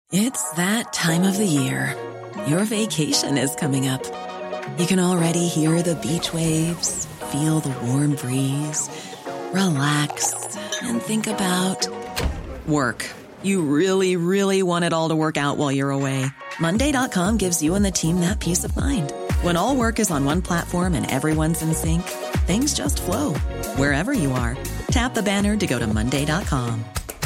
It's that time of the year. Your vacation is coming up. You can already hear the beach waves, feel the warm breeze, relax, and think about work. You really, really want it all to work out while you're away. Monday.com gives you and the team that peace of mind. When all work is on one platform and everyone's in sync, things just flow. Wherever you are, tap the banner to go to Monday.com.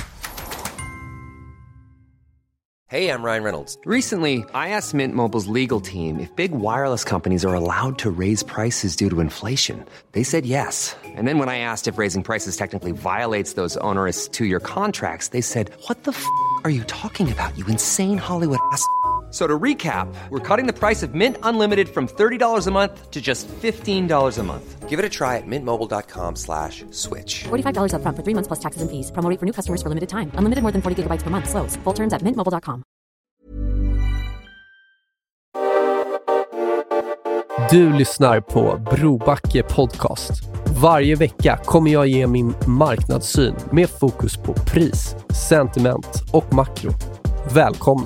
Hey, I'm Ryan Reynolds. Recently, I asked Mint Mobile's legal team if big wireless companies are allowed to raise prices due to inflation. They said yes. And then when I asked if raising prices technically violates those onerous two-year contracts, they said, what the f*** are you talking about, you insane Hollywood ass f- So to recap, we're cutting the price of Mint Unlimited from $30 a month to just $15 a month. Give it a try at mintmobile.com/switch. $45 up front for 3 months plus taxes and fees. Promo rate for new customers for limited time. Unlimited more than 40 gigabytes per month. Slows full terms at mintmobile.com. Du lyssnar på Brobacke Podcast. Varje vecka kommer jag ge min marknadssyn med fokus på pris, sentiment och makro. Välkomna!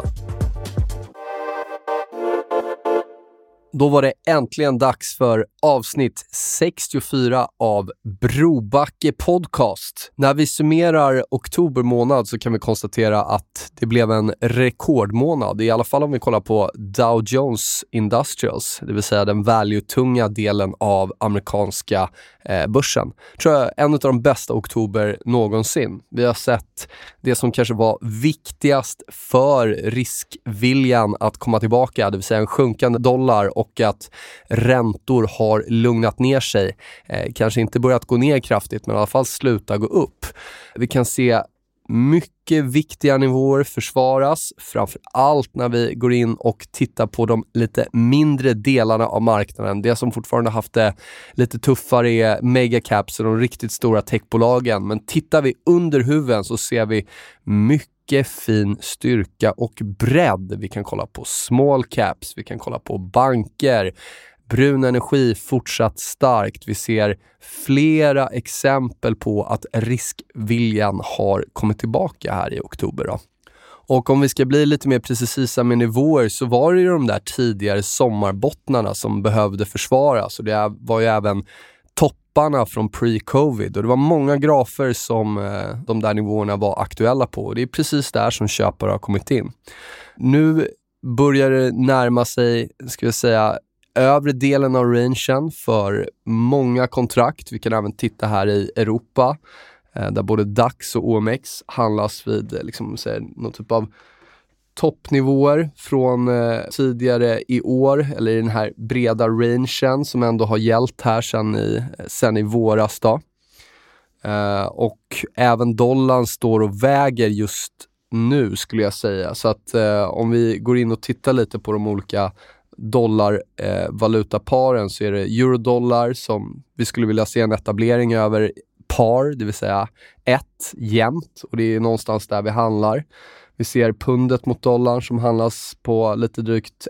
Då var det äntligen dags för avsnitt 64 av Brobacke Podcast. När vi summerar oktober månad så kan vi konstatera att det blev en rekordmånad. I alla fall om vi kollar på Dow Jones Industrials, det vill säga den value-tunga delen av amerikanska börsen. Tror jag en av de bästa oktober någonsin. Vi har sett det som kanske var viktigast för riskviljan att komma tillbaka, det vill säga en sjunkande dollar och att räntor har lugnat ner sig. Kanske inte börjat gå ner kraftigt, men i alla fall sluta gå upp. Vi kan se mycket viktiga nivåer försvaras, framför allt när vi går in och tittar på de lite mindre delarna av marknaden. Det som fortfarande haft det lite tuffare är megacaps och de riktigt stora techbolagen. Men tittar vi under huven så ser vi mycket fin styrka och bredd. Vi kan kolla på small caps, vi kan kolla på banker. Brun energi fortsatt starkt. Vi ser flera exempel på att riskviljan har kommit tillbaka här i oktober då. Och om vi ska bli lite mer precisa med nivåer så var det ju de där tidigare sommarbottnarna som behövde försvaras. Och det var ju även topparna från pre-covid. Och det var många grafer som de där nivåerna var aktuella på. Och det är precis där som köpare har kommit in. Nu börjar det närma sig, ska jag säga, övre delen av rangen för många kontrakt. Vi kan även titta här i Europa där både DAX och OMX handlas vid någon typ av toppnivåer från tidigare i år, eller i den här breda rangen som ändå har gällt här sen i våras då. Och även dollarn står och väger just nu, skulle jag säga. Så att om vi går in och tittar lite på de olika dollar-valutaparen så är det eurodollar som vi skulle vilja se en etablering över par, det vill säga 1 jämnt, och det är någonstans där vi handlar. Vi ser pundet mot dollarn som handlas på lite drygt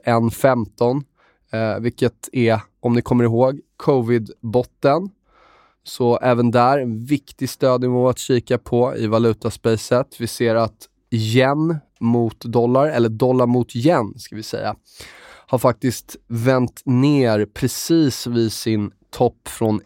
1,15, vilket är, om ni kommer ihåg, covid-botten. Så även där en viktig stödnivå att kika på i valutaspacet. Vi ser att yen mot dollar, eller dollar mot yen ska vi säga, har faktiskt vänt ner precis vid sin topp från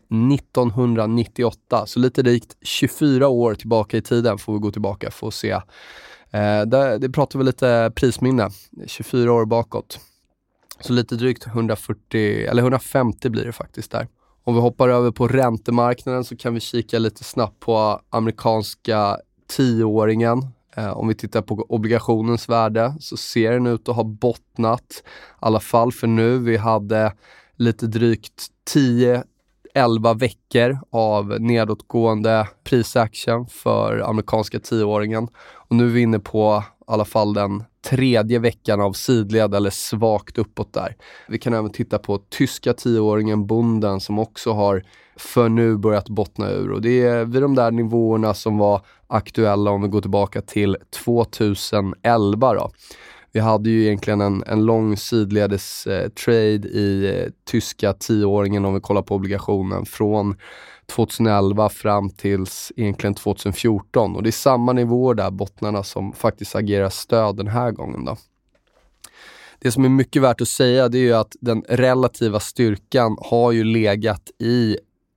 1998. Så lite drygt 24 år tillbaka i tiden får vi gå tillbaka för att se. Det pratar vi lite prisminne, 24 år bakåt. Så lite drygt 140 eller 150 blir det faktiskt där. Om vi hoppar över på räntemarknaden så kan vi kika lite snabbt på amerikanska 10-åringen. Om vi tittar på obligationens värde så ser den ut att ha bottnat, i alla fall för nu. Vi hade lite drygt 10-11 veckor av nedåtgående prisaction för amerikanska 10-åringen. Och nu är vi inne på i alla fall den 3:e veckan av sidled eller svagt uppåt där. Vi kan även titta på tyska 10-åringen Bunden som också har för nu börjat bottna ur. Och det är vid de där nivåerna som var aktuella om vi går tillbaka till 2011 då. Vi hade ju egentligen en lång sidledes trade i tyska 10-åringen om vi kollar på obligationen från 2011 fram tills egentligen 2014. Och det är samma nivå där, bottnarna, som faktiskt agerar stöd den här gången då. Det som är mycket värt att säga, det är ju att den relativa styrkan har ju legat i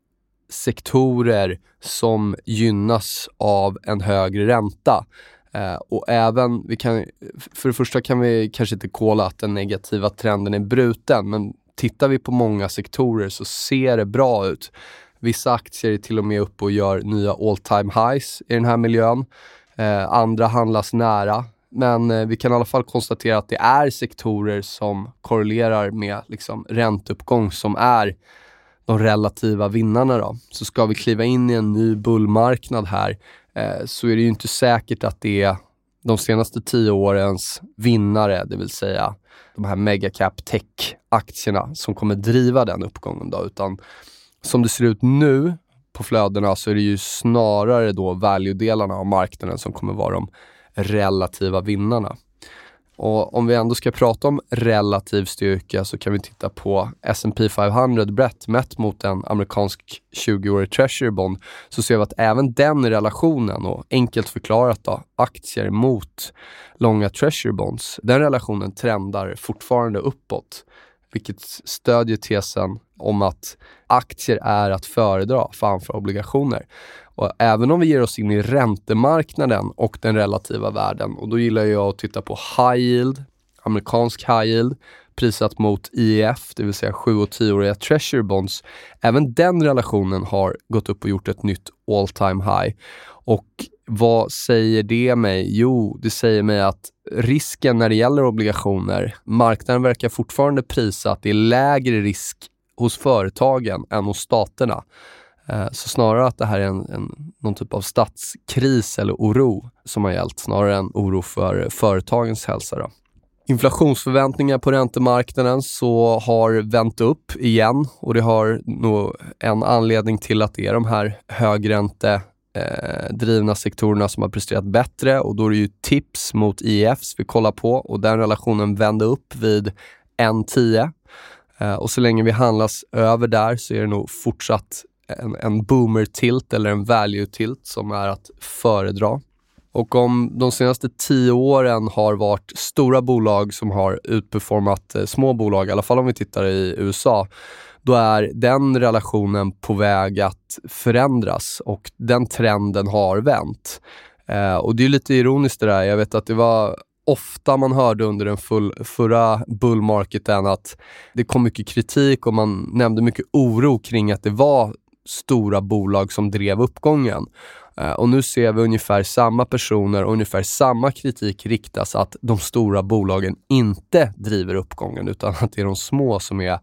sektorer som gynnas av en högre ränta. Och även, för det första kan vi kanske inte kolla att den negativa trenden är bruten, men tittar vi på många sektorer så ser det bra ut. Vissa aktier är till och med uppe och gör nya all-time highs i den här miljön. Andra handlas nära. Men vi kan i alla fall konstatera att det är sektorer som korrelerar med liksom ränteuppgång som är de relativa vinnarna då. Så ska vi kliva in i en ny bullmarknad här så är det ju inte säkert att det är de senaste 10 årens vinnare, det vill säga de här megacap tech-aktierna som kommer driva den uppgången då, utan som det ser ut nu på flödena så är det ju snarare då value-delarna av marknaden som kommer vara de relativa vinnarna. Och om vi ändå ska prata om relativ styrka så kan vi titta på S&P 500 brett mätt mot en amerikansk 20-årig treasury bond, så ser vi att även den relationen, och enkelt förklarat då, aktier mot långa treasury bonds, den relationen trendar fortfarande uppåt, vilket stödjer tesen om att aktier är att föredra framför obligationer. Och även om vi ger oss in i räntemarknaden och den relativa världen, och då gillar jag att titta på high yield, amerikansk high yield, prissatt mot IEF, det vill säga 7- och 10-åriga treasury bonds. Även den relationen har gått upp och gjort ett nytt all time high. Och vad säger det mig? Jo, det säger mig att risken när det gäller obligationer, marknaden verkar fortfarande prisa att det är lägre risk hos företagen än hos staterna. Så snarare att det här är någon typ av statskris eller oro som har gällt, snarare än oro för företagens hälsa då. Inflationsförväntningar på räntemarknaden så har vänt upp igen, och det har nog en anledning till att det är de här högränte drivna sektorerna som har presterat bättre, och då är det ju tips mot IEFs vi kollar på, och den relationen vände upp vid 1,10 och så länge vi handlas över där så är det nog fortsatt en boomer tilt eller en value tilt som är att föredra. Och om de senaste 10 åren har varit stora bolag som har utperformat små bolag, i alla fall om vi tittar i USA, då är den relationen på väg att förändras och den trenden har vänt. Och det är lite ironiskt det där. Jag vet att det var ofta man hörde under den förra bullmarketen att det kom mycket kritik och man nämnde mycket oro kring att det var stora bolag som drev uppgången. Och nu ser vi ungefär samma personer och ungefär samma kritik riktas att de stora bolagen inte driver uppgången utan att det är de små som är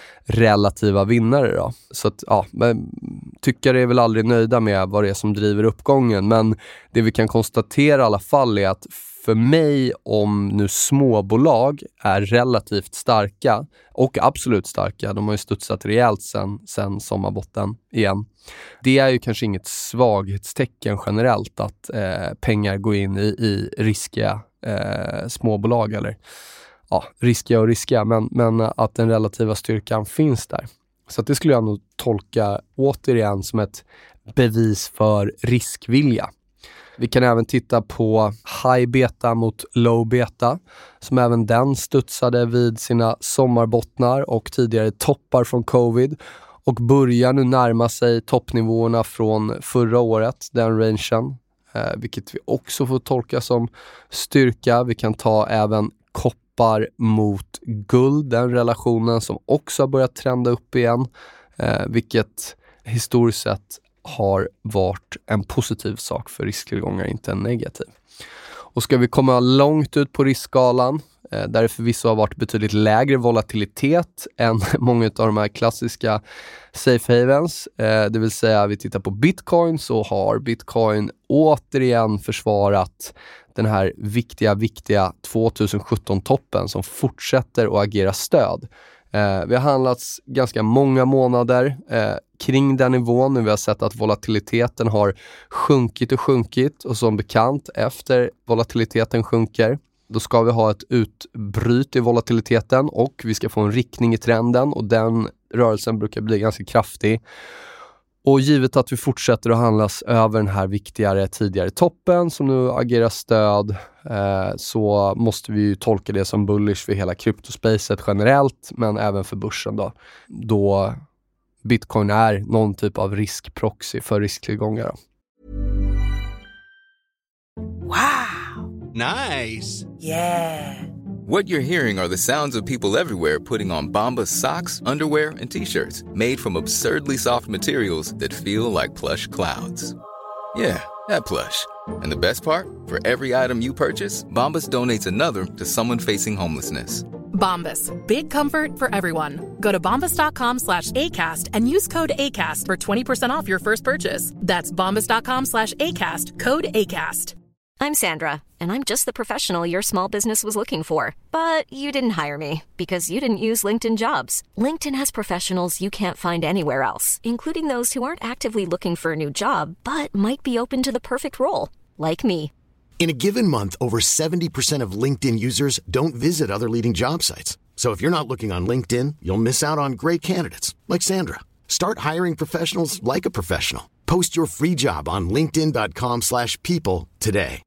relativa vinnare då. Så att ja, men tyckare är väl aldrig nöjda med vad det är som driver uppgången, men det vi kan konstatera i alla fall är att för mig, om nu småbolag är relativt starka och absolut starka, de har ju studsat rejält sen sommarbotten igen. Det är ju kanske inget svaghetstecken generellt att pengar går in i riskiga småbolag eller ja, riskiga, men att den relativa styrkan finns där. Så att det skulle jag nog tolka återigen som ett bevis för riskvilja. Vi kan även titta på high beta mot low beta, som även den studsade vid sina sommarbottnar och tidigare toppar från covid och börjar nu närma sig toppnivåerna från förra året, den rangen, vilket vi också får tolka som styrka. Vi kan ta även koppar mot guld, den relationen som också har börjat trenda upp igen, vilket historiskt sett har varit en positiv sak för risktillgångar, inte en negativ. Och ska vi komma långt ut på riskskalan, där det förvisso har varit betydligt lägre volatilitet än många av de här klassiska safe havens, det vill säga vi tittar på Bitcoin, så har Bitcoin återigen försvarat den här viktiga 2017-toppen som fortsätter att agera stöd. Vi har handlats ganska många månader kring den nivån. Nu vi har sett att volatiliteten har sjunkit och som bekant efter volatiliteten sjunker Då ska vi ha ett utbryt i volatiliteten och vi ska få en riktning i trenden och den rörelsen brukar bli ganska kraftig. Och givet att vi fortsätter att handlas över den här viktigare tidigare toppen som nu agerar stöd så måste vi ju tolka det som bullish för hela kryptospacet generellt men även för börsen då Bitcoin är någon typ av riskproxy för risktillgångar. Då. Wow! Nice! Yeah! What you're hearing are the sounds of people everywhere putting on Bombas socks, underwear, and T-shirts made from absurdly soft materials that feel like plush clouds. Yeah, that plush. And the best part? For every item you purchase, Bombas donates another to someone facing homelessness. Bombas. Big comfort for everyone. Go to bombas.com/ACAST and use code ACAST for 20% off your first purchase. That's bombas.com/ACAST. Code ACAST. I'm Sandra, and I'm just the professional your small business was looking for. But you didn't hire me because you didn't use LinkedIn Jobs. LinkedIn has professionals you can't find anywhere else, including those who aren't actively looking for a new job, but might be open to the perfect role, like me. In a given month, over 70% of LinkedIn users don't visit other leading job sites. So if you're not looking on LinkedIn, you'll miss out on great candidates, like Sandra. Start hiring professionals like a professional. Post your free job on linkedin.com/people today.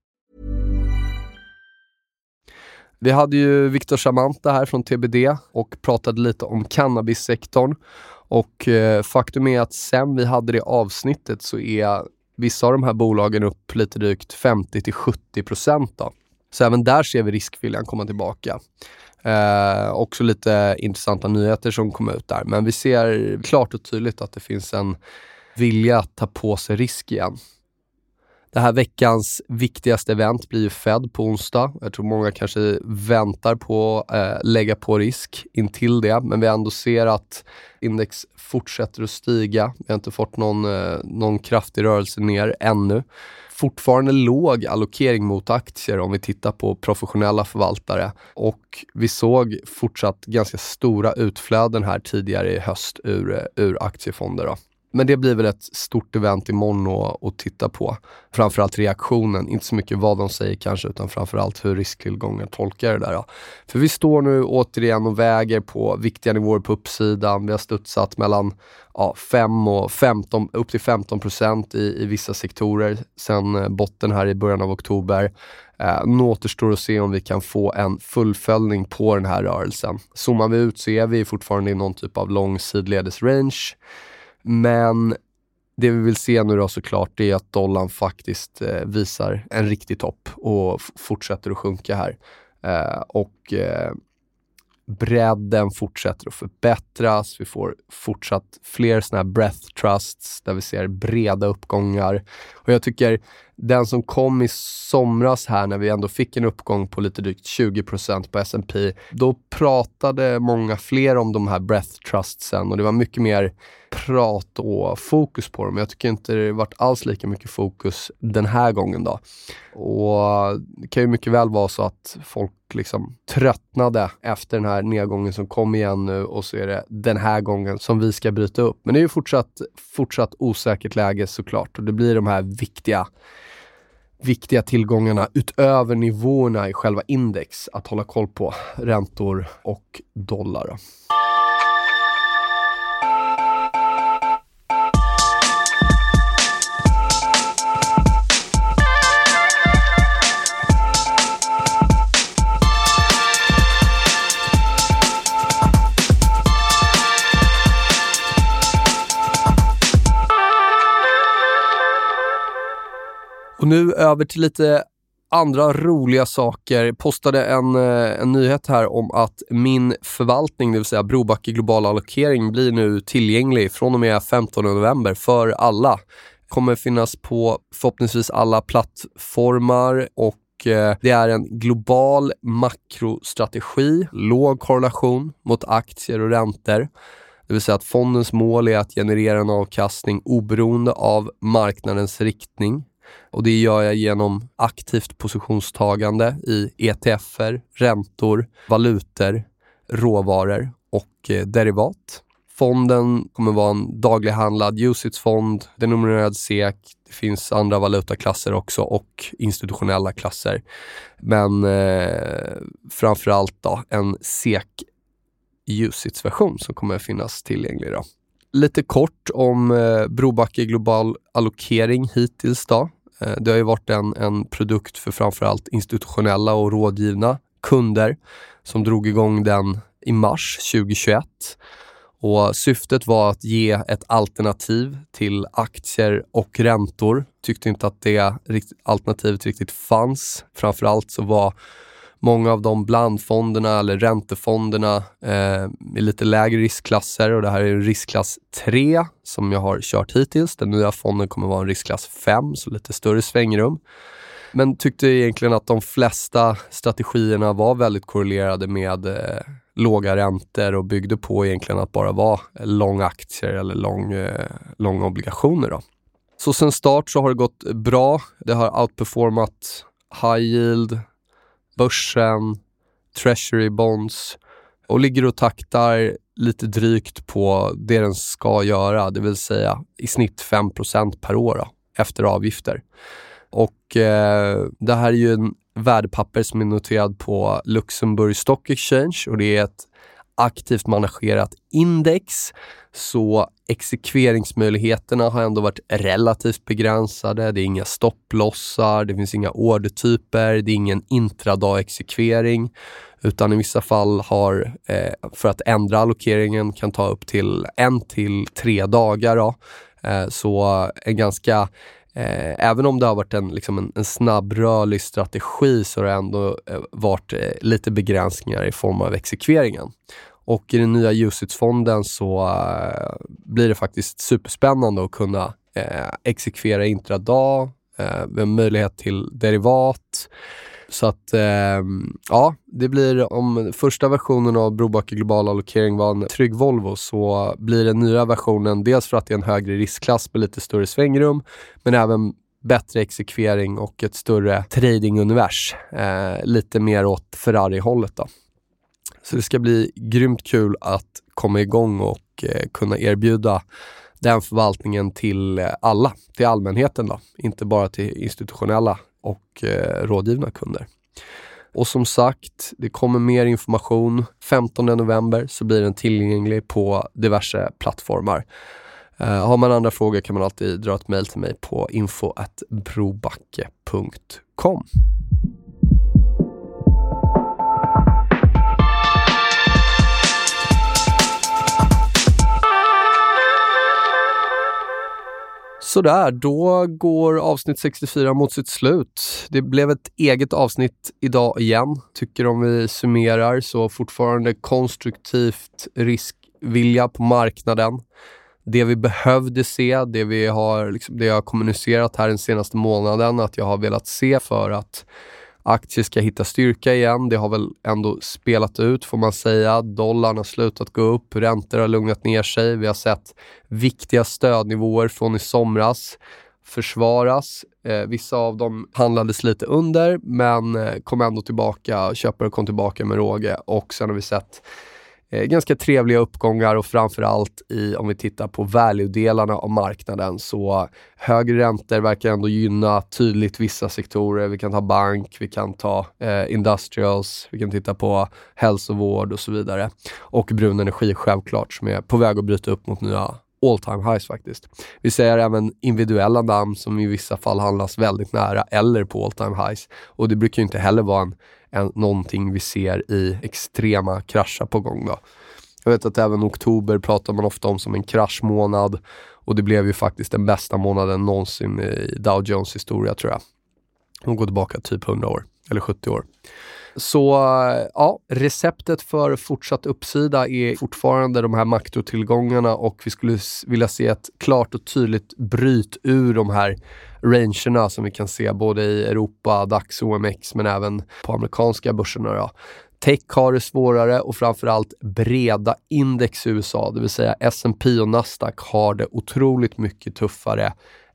Vi hade ju Victor Samantha här från TBD och pratade lite om cannabissektorn. Och faktum är att sen vi hade det avsnittet så är vissa av de här bolagen upp lite drygt 50-70% då. Så även där ser vi riskviljan komma tillbaka. Också lite intressanta nyheter som kom ut där. Men vi ser klart och tydligt att det finns en vilja att ta på sig risk igen. Det här veckans viktigaste event blir ju Fed på onsdag. Jag tror många kanske väntar på att lägga på risk intill det. Men vi ändå ser att index fortsätter att stiga. Vi har inte fått någon kraftig rörelse ner ännu. Fortfarande låg allokering mot aktier om vi tittar på professionella förvaltare. Och vi såg fortsatt ganska stora utflöden här tidigare i höst ur aktiefonder då. Men det blir väl ett stort event imorgon att titta på. Framförallt reaktionen, inte så mycket vad de säger kanske utan framförallt hur risktillgången tolkar det där. Då. För vi står nu återigen och väger på viktiga nivåer på uppsidan. Vi har studsat mellan 5 och 15, upp till 15% i vissa sektorer sen botten här i början av oktober. Nu återstår att se om vi kan få en fullföljning på den här rörelsen. Zoomar vi ut så är vi fortfarande i någon typ av lång sidledes range. Men det vi vill se nu då såklart är att dollarn faktiskt visar en riktig topp och fortsätter att sjunka här. Och bredden fortsätter att förbättras. Vi får fortsatt fler såna här breadth trusts där vi ser breda uppgångar. Och jag tycker den som kom i somras här när vi ändå fick en uppgång på lite drygt 20% på S&P, då pratade många fler om de här breadth trustsen och det var mycket mer prat och fokus på dem. Jag tycker inte det varit alls lika mycket fokus den här gången då. Och det kan ju mycket väl vara så att folk liksom tröttnade efter den här nedgången som kom igen nu och så är det den här gången som vi ska bryta upp. Men det är ju fortsatt osäkert läge såklart och det blir de här viktiga tillgångarna utöver nivåerna i själva index att hålla koll på, räntor och dollar. Och nu över till lite andra roliga saker. Postade en nyhet här om att min förvaltning, det vill säga Brobacke Global Allokering, blir nu tillgänglig från och med 15 november för alla. Kommer finnas på förhoppningsvis alla plattformar och det är en global makrostrategi, låg korrelation mot aktier och räntor. Det vill säga att fondens mål är att generera en avkastning oberoende av marknadens riktning. Och det gör jag genom aktivt positionstagande i ETFer, räntor, valutor, råvaror och derivat. Fonden kommer vara en daglighandlad UCITS-fond, denominerad SEK. Det finns andra valutaklasser också och institutionella klasser. Men framförallt då en SEK UCITS-version som kommer att finnas tillgänglig då. Lite kort om Brobacke Global Allokering hittills då. Det har ju varit en produkt för framförallt institutionella och rådgivna kunder som drog igång den i mars 2021. Och syftet var att ge ett alternativ till aktier och räntor. Tyckte inte att det alternativet riktigt fanns. Framförallt så var många av de blandfonderna eller räntefonderna i lite lägre riskklasser, och det här är en riskklass 3 som jag har kört hittills. Den nya fonden kommer vara en riskklass 5, så lite större svängrum. Men tyckte egentligen att de flesta strategierna var väldigt korrelerade med låga räntor och byggde på egentligen att bara vara långa aktier eller långa obligationer då. Så sen start så har det gått bra. Det har outperformat high yield, börsen, treasury bonds och ligger och taktar lite drygt på det den ska göra, det vill säga i snitt 5% per år då, efter avgifter. Och det här är ju en värdepapper som är noterad på Luxemburg Stock Exchange, och det är ett aktivt managerat index, så exekveringsmöjligheterna har ändå varit relativt begränsade. Det är inga stopplossar, det finns inga ordertyper, det är ingen intradag-exekvering, utan i vissa fall har för att ändra allokeringen kan ta upp till 1 till 3 dagar då. Så en ganska även om det har varit en snabbrörlig strategi, så har det ändå varit lite begränsningar i form av exekveringen. Och i den nya UCITS-fonden så blir det faktiskt superspännande att kunna exekvera intradag, med möjlighet till derivat. Så att ja, det blir, om första versionen av Brobacke Global Allokering var en trygg Volvo, så blir den nya versionen dels för att det är en högre riskklass med lite större svängrum, men även bättre exekvering och ett större tradingunivers, lite mer åt Ferrari-hållet då. Så det ska bli grymt kul att komma igång och kunna erbjuda den förvaltningen till alla, till allmänheten då, inte bara till institutionella och rådgivna kunder. Och som sagt, det kommer mer information. 15 november så blir den tillgänglig på diverse plattformar. Har man andra frågor kan man alltid dra ett mejl till mig på info@brobacke.com. Sådär, då går avsnitt 64 mot sitt slut. Det blev ett eget avsnitt idag igen. Tycker om vi summerar så fortfarande konstruktivt riskvilja på marknaden. Det vi behövde se, det jag har kommunicerat här den senaste månaden att jag har velat se för att aktier ska hitta styrka igen. Det har väl ändå spelat ut, får man säga. Dollarn har slutat gå upp, räntor har lugnat ner sig. Vi har sett viktiga stödnivåer från i somras försvaras. Vissa av dem handlades lite under, men kom ändå tillbaka. Köpare kom tillbaka med råge, och sen har vi sett ganska trevliga uppgångar, och framförallt om vi tittar på value-delarna av marknaden, så högre räntor verkar ändå gynna tydligt vissa sektorer. Vi kan ta bank, vi kan ta industrials, vi kan titta på hälsovård och så vidare. Och brun energi självklart, som är på väg att bryta upp mot nya all-time highs faktiskt. Vi ser även individuella namn som i vissa fall handlas väldigt nära eller på all-time highs. Och det brukar ju inte heller vara någonting vi ser i extrema krascher på gång då. Jag vet att även oktober pratar man ofta om som en kraschmånad, och det blev ju faktiskt den bästa månaden någonsin i Dow Jones historia, tror jag. De går tillbaka typ 100 år eller 70 år. Så ja, receptet för fortsatt uppsida är fortfarande de här makrotillgångarna, och vi skulle vilja se ett klart och tydligt bryt ur de här rangerna som vi kan se både i Europa, DAX, OMX, men även på amerikanska börserna då. Tech har det svårare, och framförallt breda index i USA, det vill säga S&P och Nasdaq, har det otroligt mycket tuffare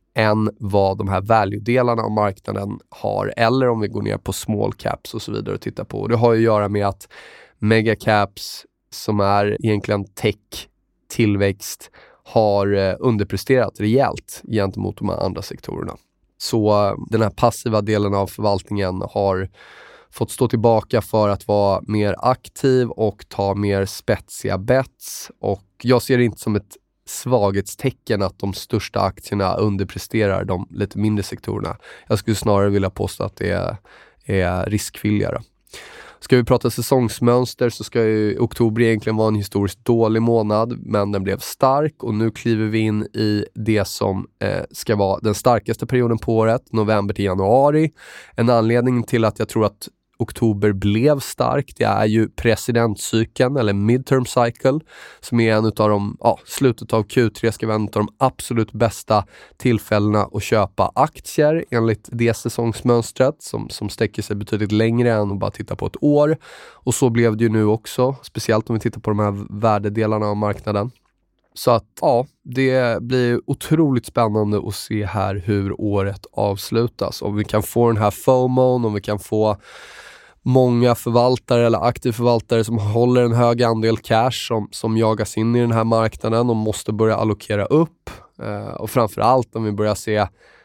än vad de här value-delarna av marknaden har, eller om vi går ner på small caps och så vidare och tittar på. Det har ju att göra med att megacaps, som är egentligen tech tillväxt har underpresterat rejält gentemot de här andra sektorerna. Så den här passiva delen av förvaltningen har fått stå tillbaka för att vara mer aktiv och ta mer spetsiga bets. Och jag ser det inte som ett svaghetstecken att de största aktierna underpresterar de lite mindre sektorerna. Jag skulle snarare vilja påstå att det är riskvilligare. Ska vi prata säsongsmönster så ska ju oktober egentligen vara en historiskt dålig månad, men den blev stark och nu kliver vi in i det som ska vara den starkaste perioden på året, november till januari. En anledning till att jag tror att oktober blev stark, det är ju presidentcykeln eller midterm cycle som är en av de, slutet av Q3 ska vara en av de absolut bästa tillfällena att köpa aktier enligt det säsongsmönstret som sträcker sig betydligt längre än att bara titta på ett år. Och så blev det ju nu också, speciellt om vi tittar på de här värdedelarna av marknaden. Så att det blir otroligt spännande att se här hur året avslutas. Om vi kan få den här FOMOn, om vi kan få många förvaltare eller aktivförvaltare som håller en hög andel cash som jagas in i den här marknaden och måste börja allokera upp. Och framförallt om vi börjar se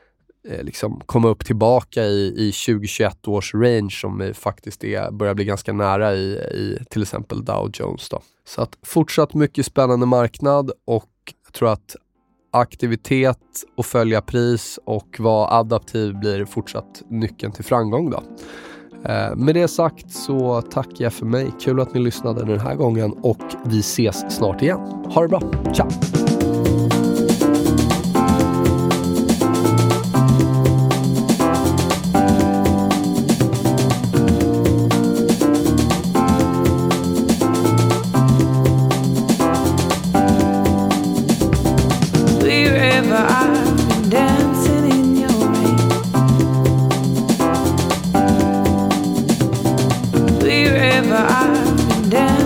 komma upp tillbaka i 2021 års range som vi faktiskt börjar bli ganska nära i till exempel Dow Jones då. Så att fortsatt mycket spännande marknad och jag tror att aktivitet och följa pris och vara adaptiv blir fortsatt nyckeln till framgång då. Med det sagt så tackar jag för mig. Kul att ni lyssnade den här gången och vi ses snart igen. Ha det bra. Ciao! I've been dancing